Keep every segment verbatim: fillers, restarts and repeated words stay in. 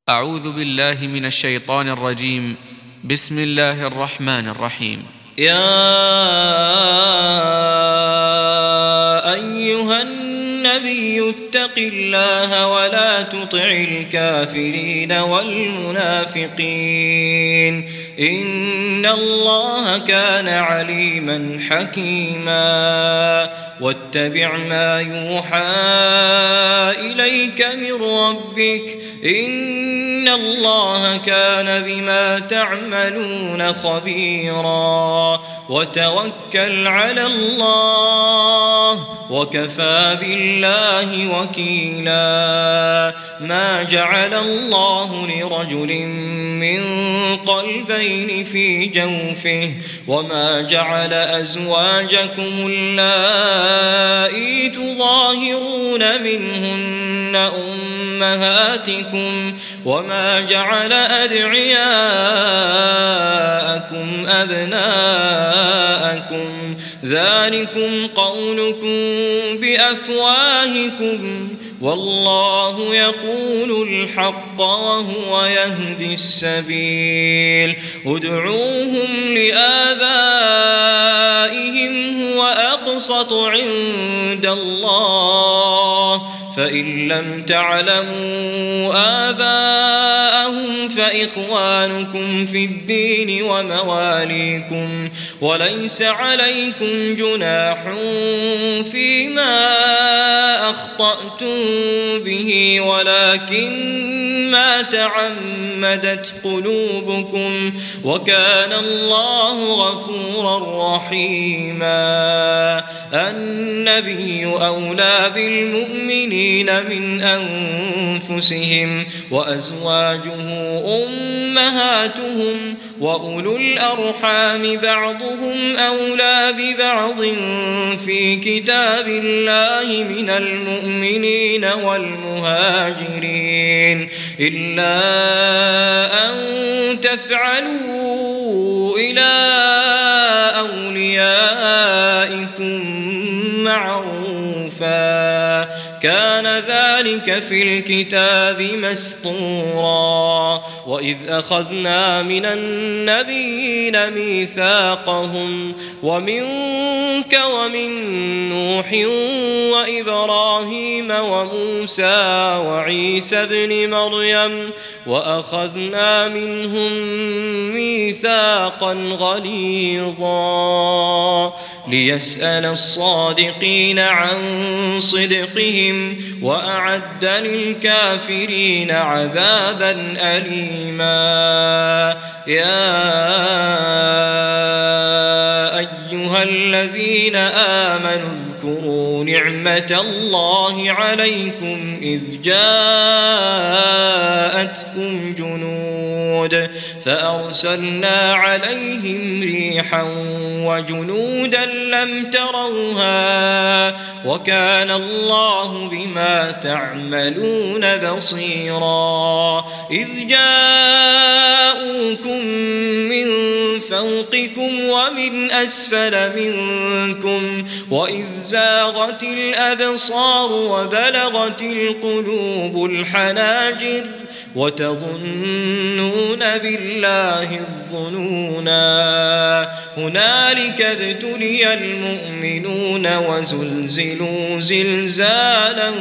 أعوذ بالله من الشيطان الرجيم. بسم الله الرحمن الرحيم. يا أيها النبي اتق الله ولا تطع الكافرين والمنافقين إن الله كان عليما حكيما واتبع ما يوحى إليك من ربك إن الله كان بما تعملون خبيرا وتوكل على الله وكفى بالله وكيلا ما جعل الله لرجل من قلبين في جوفه وما جعل أزواجكم اللائي تظاهرون منهن أمهاتكم وما جعل أدعياءكم أبناءكم ذلكم قولكم بأفواهكم والله يقول الحق وهو يهدي السبيل ادعوهم لآبائهم هو أقسط عند الله فإن لم تعلموا آباءهم فإخوانكم في الدين ومواليكم وليس عليكم جناح فيما أخطأتم به ولكن ما تعمدت قلوبكم وكان الله غفورا رحيما النبي أولى بالمؤمنين من أنفسهم وأزواجه أمهاتهم وأولو الأرحام بعضهم أولى ببعض في كتاب الله من المؤمنين والمهاجرين إلا أن تفعلوا إلى أوليائكم معروفا كان ذلك في الكتاب مسطورا وإذ أخذنا من النبيين ميثاقهم ومنك ومن نوح وإبراهيم وموسى وعيسى ابن مريم وأخذنا منهم ميثاقا غليظا ليسأل الصادقين عن صدقهم وأعد للكافرين عذابا أليما يا أيها الذين آمنوا اذكروا نعمة الله عليكم إذ جاءتكم جنود فأرسلنا عليهم ريحا وجنودا لم تروها وكان الله بما تعملون بصيرا إذ جاءوكم من فوقكم ومن أسفل منكم وإذ زاغت الأبصار وبلغت القلوب الحناجر وتظنون بالله الظنونا هنالك ابتلي المؤمنون وزلزلوا زلزالا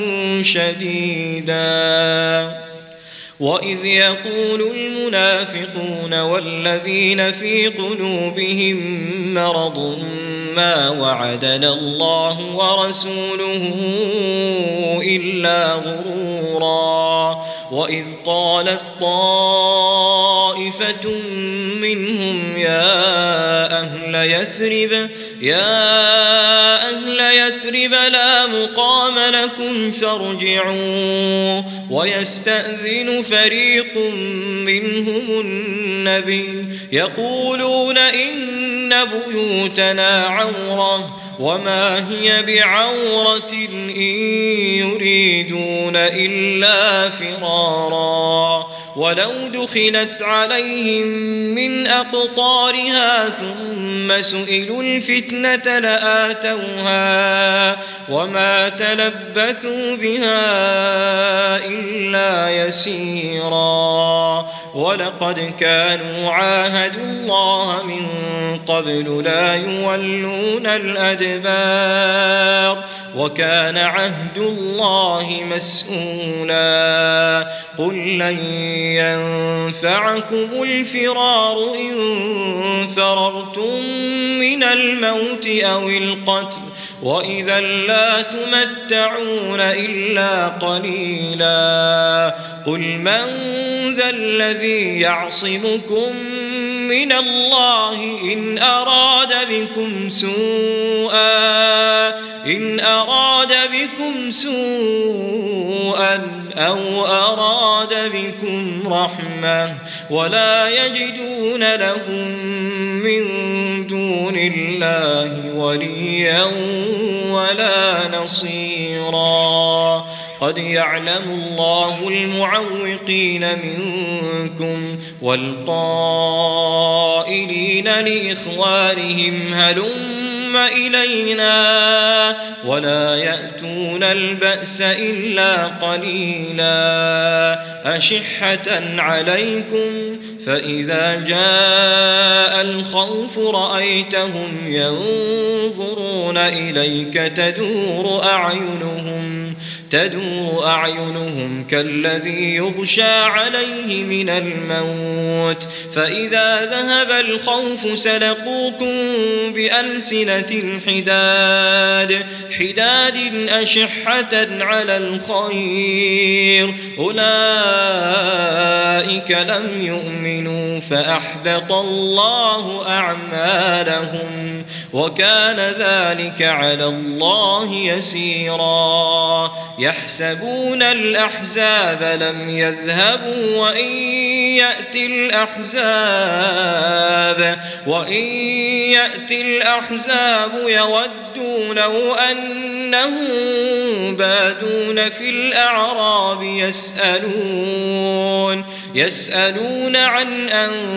شديدا وإذ يقول المنافقون والذين في قلوبهم مرض ما وعدنا الله ورسوله إلا غرورا وإذ قالت طائفة منهم يا أهل يثرب يا أهل يثرب لا مقام لكم فارجعوا ويستأذن فريق منهم النبي يقولون إن بيوتنا عورة وما هي بعورة إن يريدون إلا فرارا ولو دخلت عليهم من أقطارها ثم سئلوا الفتنة لآتوها وما تلبثوا بها إلا يسيرا ولقد كانوا عاهدوا الله من قبل لا يولون الأدبار وكان عهد الله مسؤولا قل لن ينفعكم الفرار إن فررتم من الموت أو القتل وإذا لا تمتعون إلا قليلا قل من ذا الذي يعصمكم من الله إن أراد بكم سوءا إن أراد بكم سوءا أو أراد بكم رحمة ولا يجدون لهم من دون الله وليا ولا نصيرا قد يعلم الله المعوقين منكم والقائلين لإخوانهم هلم إلينا ولا يأتون البأس إلا قليلا أشحة عليكم فإذا جاء الخوف رأيتهم ينظرون إليك تدور أعينهم تدور أعينهم كالذي يغشى عليه من الموت فإذا ذهب الخوف سلقوكم بألسنة حداد حداد أشحة على الخير أولئك لم يؤمنوا فأحبط الله أعمالهم وكان ذلك على الله يسيرا يحسبون الأحزاب لم يذهبوا وإن يأتي الأحزاب وإن يأتي الأحزاب يودوا لو أنهم بادون في الأعراب يسألون يسألون عن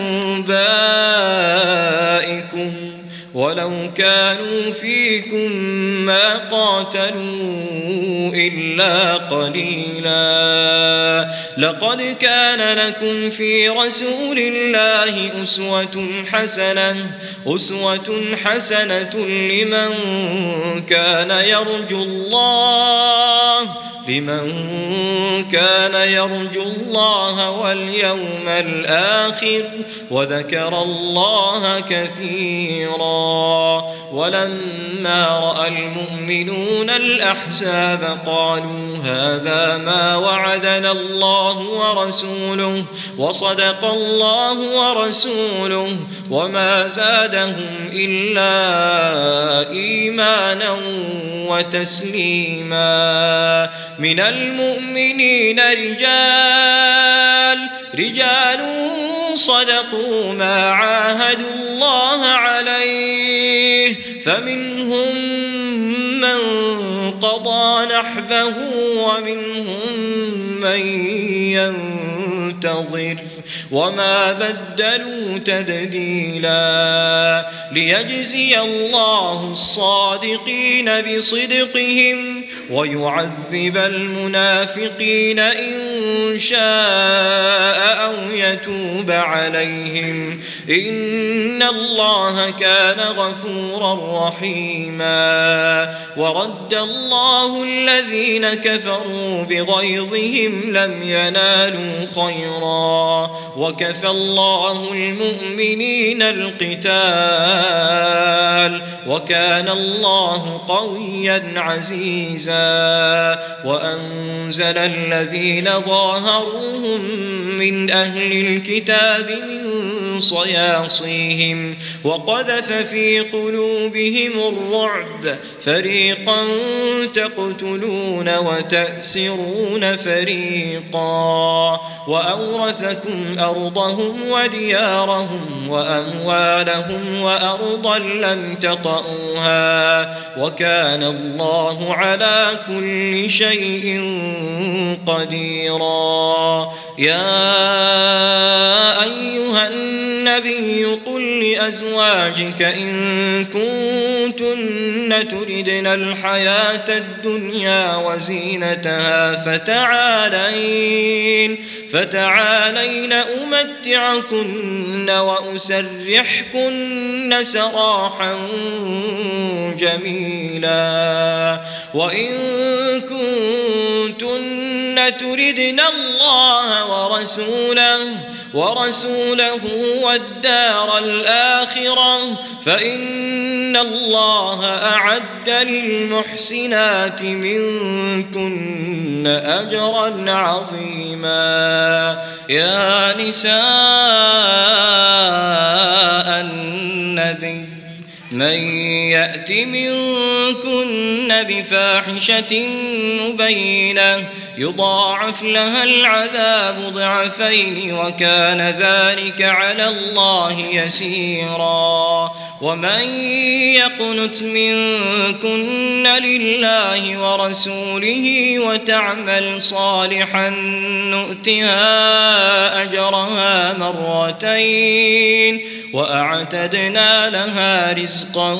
أنبائكم ولو كانوا فيكم ما قاتلوا إلا قليلا لقد كان لكم في رسول الله أسوة حسنة أسوة حسنة لمن كان يرجو الله لمن كان يرجو الله واليوم الآخر وذكر الله كثيرا ولما رأى المؤمنون الأحزاب قالوا هذا ما وعدنا الله ورسوله وصدق الله ورسوله وما زادهم إلا إيمانا وتسليما من المؤمنين رجال رجال صدقوا ما عاهدوا الله عليه فمنهم من قضى نحبه ومنهم من ينتظر وما بدلوا تبديلا ليجزي الله الصادقين بصدقهم ويعذب المنافقين إن شاء أو يتوب عليهم إن الله كان غفورا رحيما ورد الله الذين كفروا بغيظهم لم ينالوا خيرا وكفى الله المؤمنين القتال وكان الله قويا عزيزا وأنزل الذين ظاهروهم من أهل الكتاب من صياصيهم وقذف في قلوبهم الرعب فريقا تقتلون وتأسرون فريقا وأورثكم أرضهم وديارهم وأموالهم وأرضا لم تطئوها وكان الله على كل شيء قديرا. يا أيها النبي قل لأزواجك إن كنتن تردن الحياة الدنيا وزينتها فتعالين فتعالين أمتعكن وأسرحكن سراحا جميلا وإن كنتن تردن الله ورسوله ورسوله والدار الآخرة فإن الله أعد للمحسنات منكن أجرا عظيما. يا نساء النبي من يأت منكن بفاحشة مبينة يضاعف لها العذاب ضعفين وكان ذلك على الله يسيرا. ومن يقنت منكن لله ورسوله وتعمل صالحا نؤتها أجرها مرتين وأعتدنا لها رزقا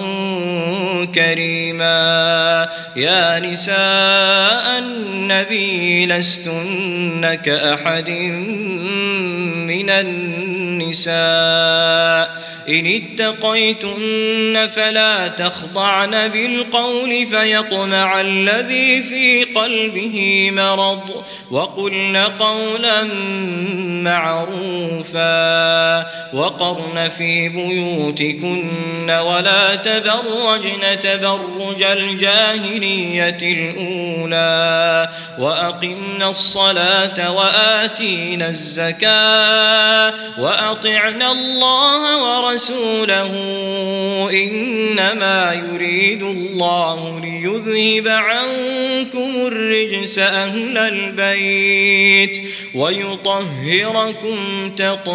كريما. يا نساء النبي لستن كأحد من النساء إن اتقيتن فلا تخضعن بالقول فيطمع الذي في قلبه مرض وقلن قولا معروفا وقرن في بيوتكن ولا تبرجن تبرج الجاهلية الأولى وأقمن الصلاة وآتينا الزكاة وأطعنا الله ورسوله إنما يريد الله ليذهب عنكم الرجس أهل البيت ويطهركم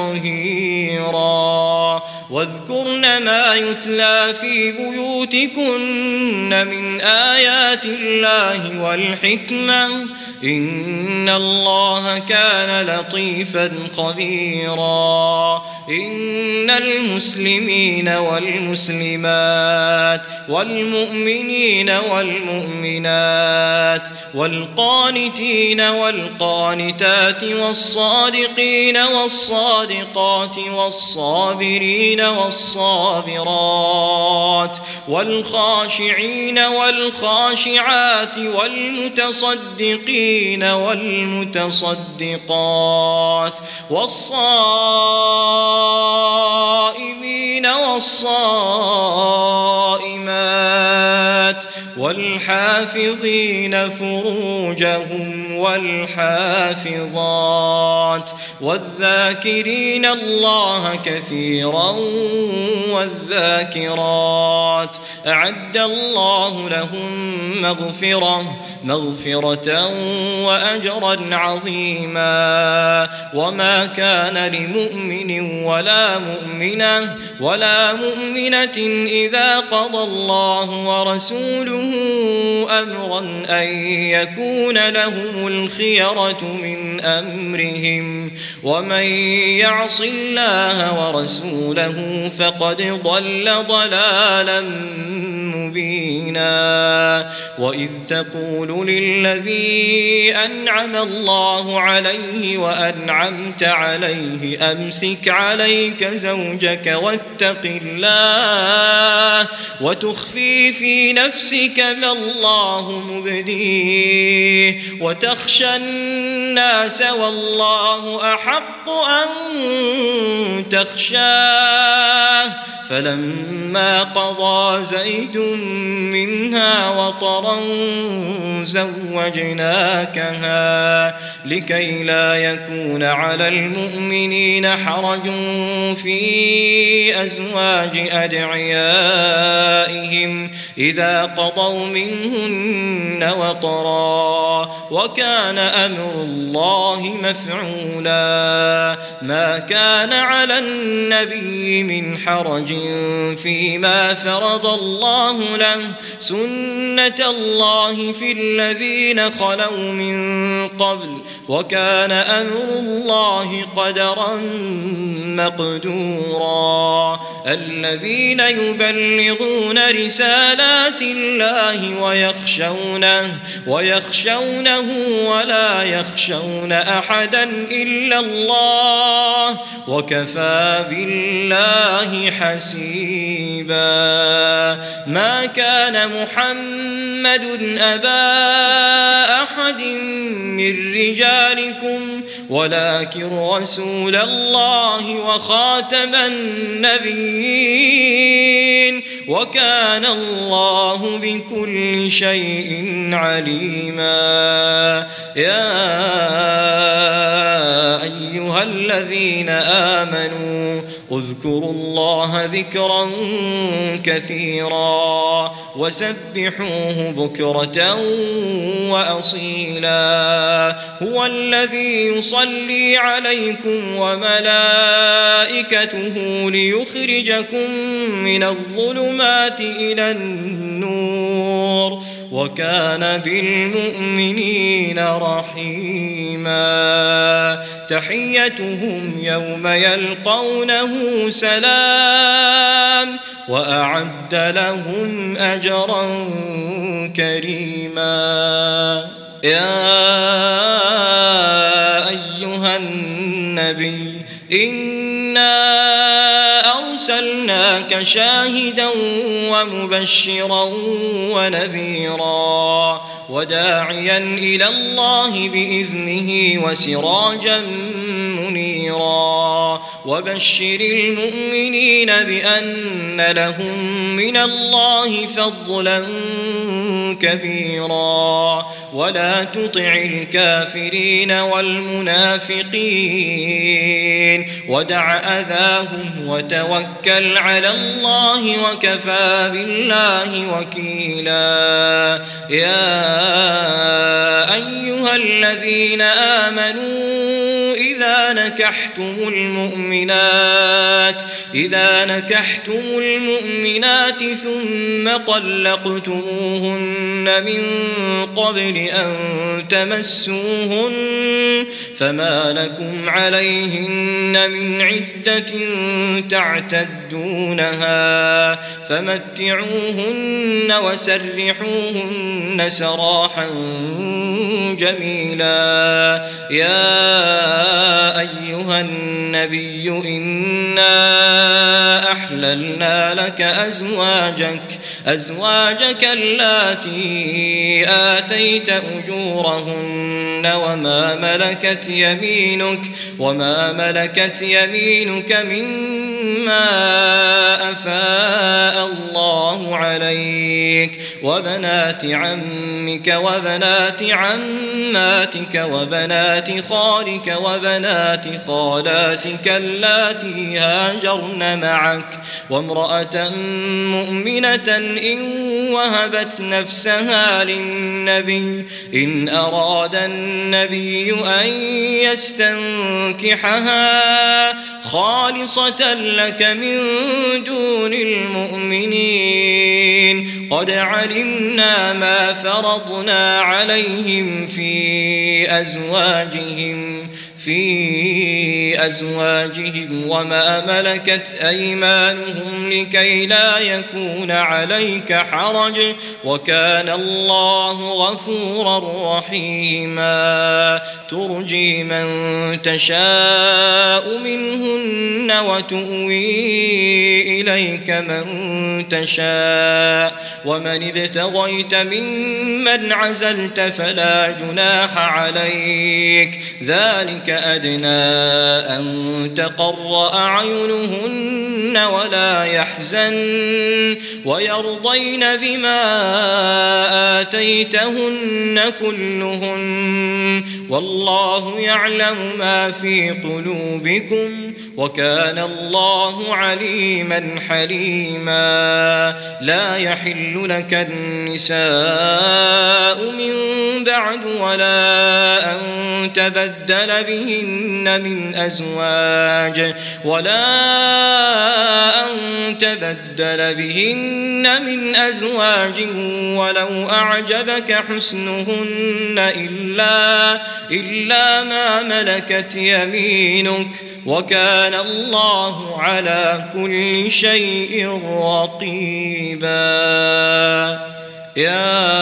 تطهيرا. واذكرن ما يتلى في بيوتكن من آيات الله والحكمة إن الله كان لطيفا خبيرا. إن المسلمين والمسلمات والمؤمنين والمؤمنات والقانتين والقانتات والصادقين والصادقات والصابرين والصابرات والخاشعين والخاشعات والمتصدقين والمتصدقات والصائمين والصائمات والحافظين فروجهم والحافظات والذاكرين الله كثيرا والذاكرات أعد الله لهم مغفرة مغفرة وأجرا عظيما. وما كان لمؤمن ولا مؤمنة ولا مؤمنة إذا قضى الله ورسوله أمرا أن يكون لهم الخيرة من أمرهم ومن يعص الله ورسوله فقد ضل ضلالا مبينا. وإذ تقول للذي أنعم الله عليه وأنعمت عليه أمسك عليك زوجك واتق الله وتخفي في نفسك ما الله مبديه وتخشى الناس والله أحق أن تخشاه فلما قضى زيد منها وطرا زوجناكها لكي لا يكون على المؤمنين حرج في أزواج أدعيائهم إذا قضوا منهن وطرا وكان أمر الله مفعولا ما كان على النبي من حرج فيما فرض الله له سنة الله في الذين خلوا من قبل وكان أمر الله قدرا مقدورا الذين يبلغون رسالات الله ويخشونه ويخشونه ولا يخشون أحدا إلا الله وكفى بالله حسيبا ما كان محمد أبا أحد من رجالكم ولكن رسول الله وخاتم النبيين وكان الله بكل شيء عليما يا أيها الذين آمنوا اذكروا الله ذكرا كثيرا وسبحوه بكرة وأصيلا هو الذي يصلي عليكم وملائكته ليخرجكم من الظلمات إلى النور وكان بالمؤمنين رحيما تحيتهم يوم يلقونه سلام وأعد لهم أجرا كريما يا أيها النبي إنا أرسلناك شاهدا ومبشرا ونذيرا وداعيا إلى الله بإذنه وسراجا منيرا وبشر المؤمنين بأن لهم من الله فضلا كبيرا ولا تطع الكافرين والمنافقين ودع أذاهم وتوكل على الله وكفى بالله وكيلا يا أيها الذين آمنوا إذا نكحتم المؤمنات إذا نكحتم المؤمنات ثم طلقتموهن من قبل أن تمسوهن فما لكم عليهن من عدة تعتدونها فمتعوهن وسرحوهن سراحا جميلا يا أيها النبي إنا أحللنا لك أزواجك أزواجك اللاتي آتيت أجورهن وما ملكت يمينك وما ملكت يمينك مما أفاء الله عليك وبنات عمك وبنات عماتك وبنات خالك وبنات خالاتك اللاتي هاجرن معك وامرأة مؤمنة إن وهبت نفسها للنبي إن أراد النبي أن يستنكحها خالصة لك من دون المؤمنين قد علمنا ما فرضنا عليهم في أزواجهم في أزواجهم وما ملكت أيمانهم لكي لا يكون عليك حرج وكان الله غفورا رحيما ترجي من تشاء منهن وتؤوي إليك من تشاء ومن ابتغيت ممن عزلت فلا جناح عليك ذلك أدنى أن تقر أعينهن ولا يحزن يحزن ويرضين بما آتيتهن كلهن والله يعلم ما في قلوبكم وكان الله عليما حليما. لا يحل لك النساء من بعد ولا أن تبدل بهن من أزواج ولا أن تبدل بهن من أزواج ولو أعجبك حسنهن إلا, إلا ما ملكت يمينك وكان الله على كل شيء رقيبا. يا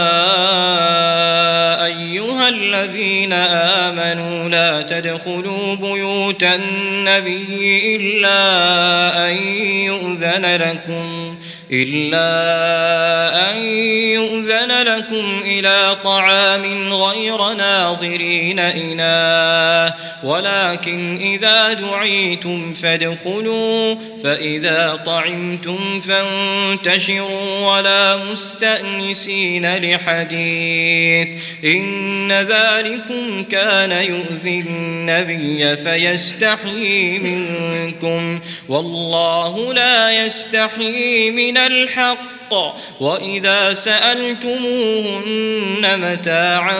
أيها الذين آمنوا لا تدخلوا بيوت النبي إلا أن يؤذن لكم إلا أن يؤذن لكم إلى طعام غير ناظرين إناه ولكن إذا دعيتم فادخلوا فإذا طعمتم فانتشروا ولا مستأنسين لحديث إن ذلكم كان يؤذي النبي فيستحيي منكم والله لا يستحيي من الحق وإذا سألتموهن متاعا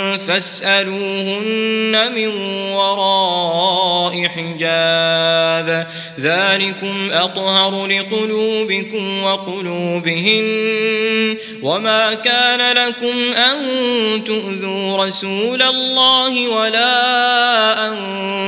فاسألوهن من وراء حجاب ذلكم أطهر لقلوبكم وقلوبهن وما كان لكم أن تؤذوا رسول الله ولا أن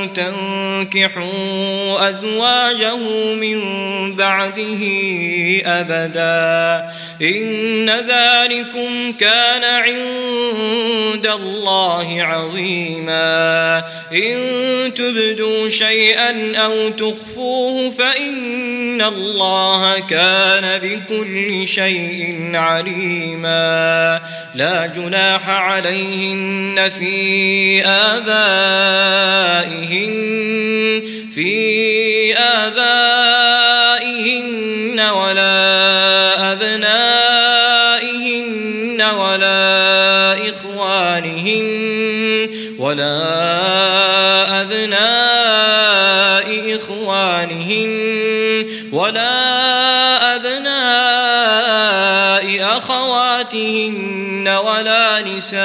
تنكحوا أزواجه من بعده أبدا إن ذلكم كان عند الله عظيما. إن تبدوا شيئا أو تخفوه فإن الله كان بكل شيء عليما. لا جناح عليهن في آبائهن في آبائهن ولا أبنائهن ولا إخوانهن ولا أبناء إخوانهن ولا أبناء أخواتهن ولا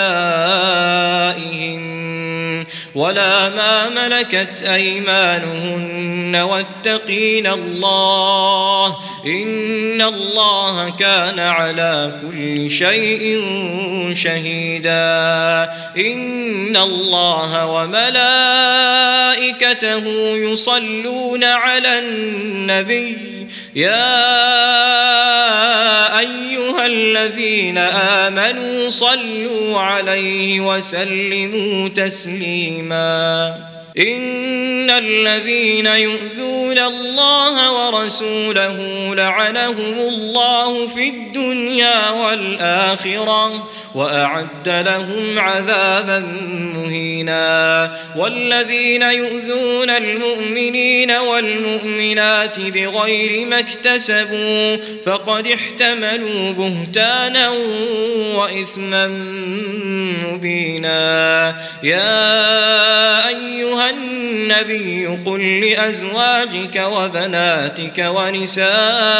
نسائهن ولا ما ملكت أيمانهن واتقين الله إن الله كان على كل شيء شهيدا. إن الله وملائكته يصلون على النبي يا أيها الذين آمنوا صلوا عليه وسلموا تسليما. إن الذين يؤذون الله ورسوله لعنهم الله في الدنيا والآخرة وأعد لهم عذابا مهينا. والذين يؤذون المؤمنين والمؤمنات بغير ما اكتسبوا فقد احتملوا بهتانا وإثما مبينا. يا أيها النبي قل لأزواجك وبناتك ونساء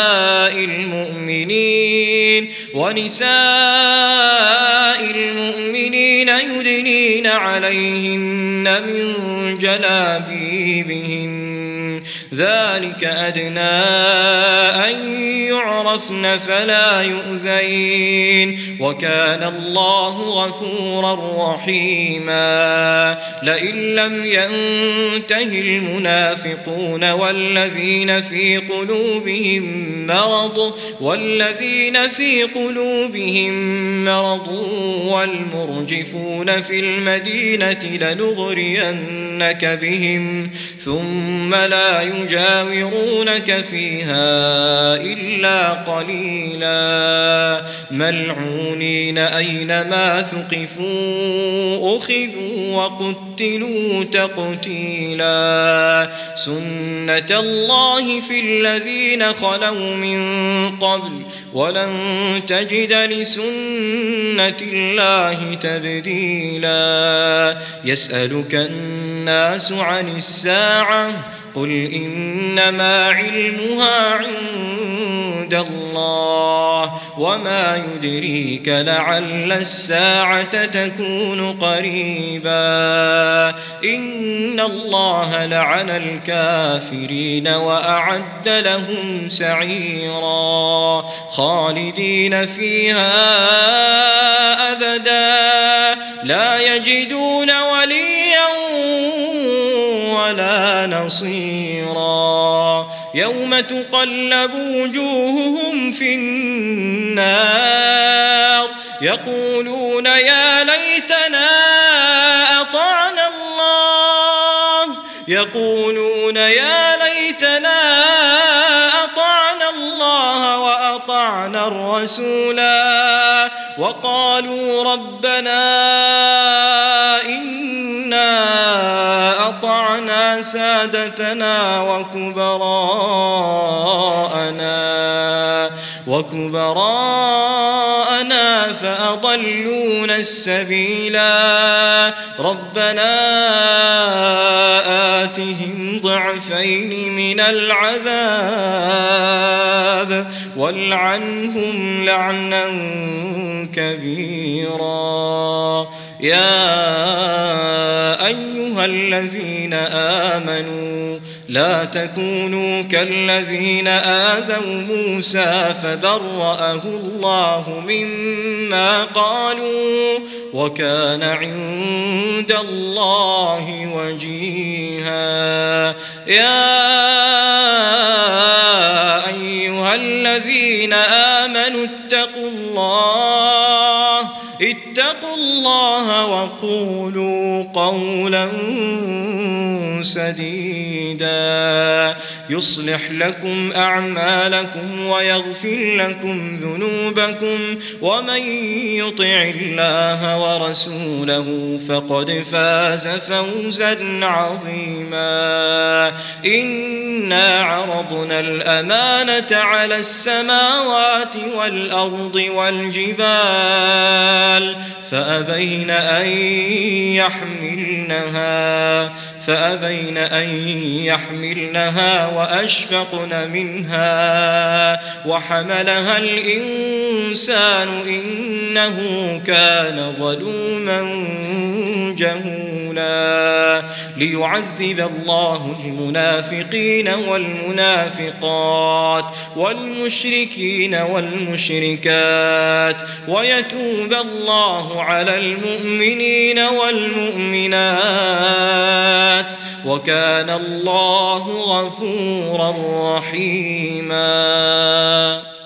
المؤمنين ونساء المؤمنين يدنين عليهن من جلابيبهن ذلك أدنى أن يعرفن فلا يؤذين وكان الله غفورا رحيما. لئن لم ينته المنافقون والذين في قلوبهم مرض والذين في قلوبهم مرض والمرجفون في المدينة لنغرين لنسكننك بهم ثم لا يجاورونك فيها إلا قليلا ملعونين أينما ثقفوا أخذوا وقتلوا تقتيلا سنة الله في الذين خلوا من قبل ولن تجد لسنة الله تبديلا يسألك الناس عن الساعة قل إنما علمها عند الله وما يدريك لعل الساعة تكون قريبا إن الله لعن الكافرين وأعد لهم سعيرا خالدين فيها أبدا لا يجدون وليا ولا نصيرا يوم تقلب وجوههم في النار يقولون يا ليتنا أطعنا الله يقولون يا ليتنا أطعنا الله وأطعنا الرسولا وقالوا ربنا إنا أطعنا سادتنا وكبراءنا وكبراءنا فأضلونا السبيلا ربنا آتهم ضعفين من العذاب والعنهم لعنا كبيرا يا أيها الذين آمنوا لا تكونوا كالذين آذوا موسى فبرأه الله مما قالوا وكان عند الله وجيها يا أيها الذين آمنوا اتقوا الله اتقوا الله وقولوا قولا سديدا يصلح لكم أعمالكم ويغفر لكم ذنوبكم ومن يطع الله ورسوله فقد فاز فوزا عظيما إنا عرضنا الأمانة على السماوات والأرض والجبال فأبين أن يحملنها فأبين أن يحملنها وأشفقن منها وحملها الإنسان إنه كان ظلوما جهولا ليعذب الله المنافقين والمنافقات والمشركين والمشركات ويتوب الله على المؤمنين والمؤمنات وكان الله غفورا رحيما.